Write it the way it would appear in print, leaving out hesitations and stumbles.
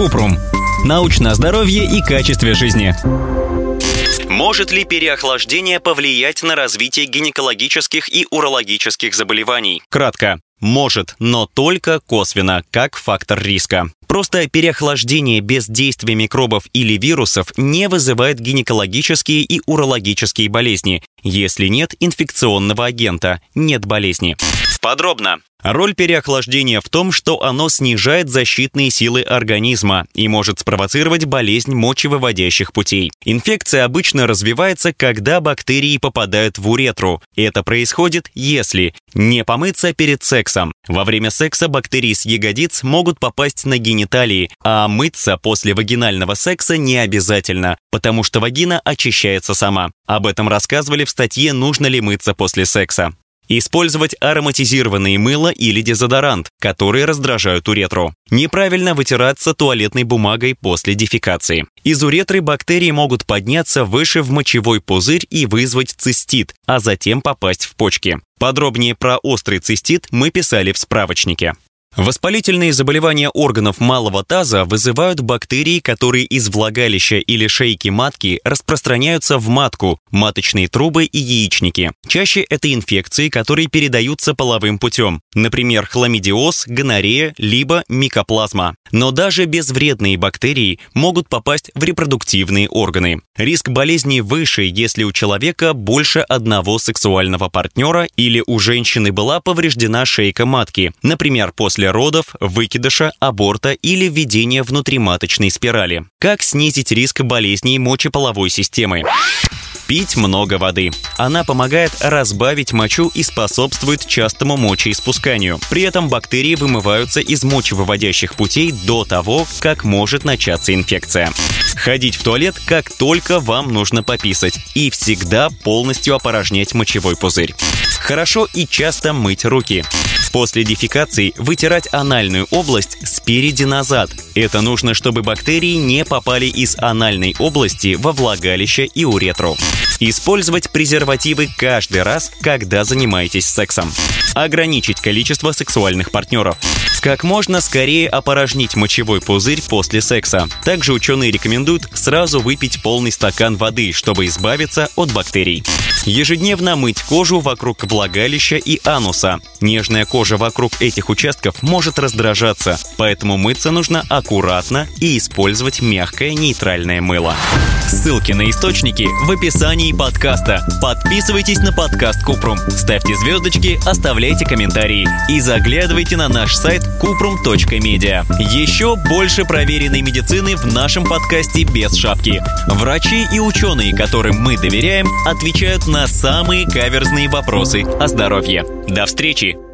Купрум. Научное здоровье и качестве жизни. Может ли переохлаждение повлиять на развитие гинекологических и урологических заболеваний? Кратко. Может, но только косвенно, как фактор риска. Просто переохлаждение без действия микробов или вирусов не вызывает гинекологические и урологические болезни. Если нет инфекционного агента, нет болезни. Подробно. Роль переохлаждения в том, что оно снижает защитные силы организма и может спровоцировать болезнь мочевыводящих путей. Инфекция обычно развивается, когда бактерии попадают в уретру. Это происходит, если не помыться перед сексом. Во время секса бактерии с ягодиц могут попасть на гениталии, а мыться после вагинального секса не обязательно, потому что вагина очищается сама. Об этом рассказывали в статье «Нужно ли мыться после секса?». Использовать ароматизированные мыло или дезодорант, которые раздражают уретру. Неправильно вытираться туалетной бумагой после дефекации. Из уретры бактерии могут подняться выше в мочевой пузырь и вызвать цистит, а затем попасть в почки. Подробнее про острый цистит мы писали в справочнике. Воспалительные заболевания органов малого таза вызывают бактерии, которые из влагалища или шейки матки распространяются в матку, маточные трубы и яичники. Чаще это инфекции, которые передаются половым путем, например, хламидиоз, гонорея, либо микоплазма. Но даже безвредные бактерии могут попасть в репродуктивные органы. Риск болезни выше, если у человека больше одного сексуального партнера или у женщины была повреждена шейка матки, например, после родов, выкидыша, аборта или введения внутриматочной спирали. Как снизить риск болезней мочеполовой системы? Пить много воды. Она помогает разбавить мочу и способствует частому мочеиспусканию. При этом бактерии вымываются из мочевыводящих путей до того, как может начаться инфекция. Ходить в туалет, как только вам нужно пописать. И всегда полностью опорожнять мочевой пузырь. Хорошо и часто мыть руки. После дефекации вытирать анальную область спереди назад. Это нужно, чтобы бактерии не попали из анальной области во влагалище и уретру. Использовать презервативы каждый раз, когда занимаетесь сексом. Ограничить количество сексуальных партнеров. Как можно скорее опорожнить мочевой пузырь после секса. Также ученые рекомендуют сразу выпить полный стакан воды, чтобы избавиться от бактерий. Ежедневно мыть кожу вокруг влагалища и ануса. Нежная кожа вокруг этих участков может раздражаться, поэтому мыться нужно аккуратно и использовать мягкое нейтральное мыло. Ссылки на источники в описании подкаста. Подписывайтесь на подкаст Купрум, ставьте звездочки, оставляйте комментарии и заглядывайте на наш сайт kuprum.media. Еще больше проверенной медицины в нашем подкасте без шапки. Врачи и ученые, которым мы доверяем, отвечают на самые каверзные вопросы о здоровье. До встречи!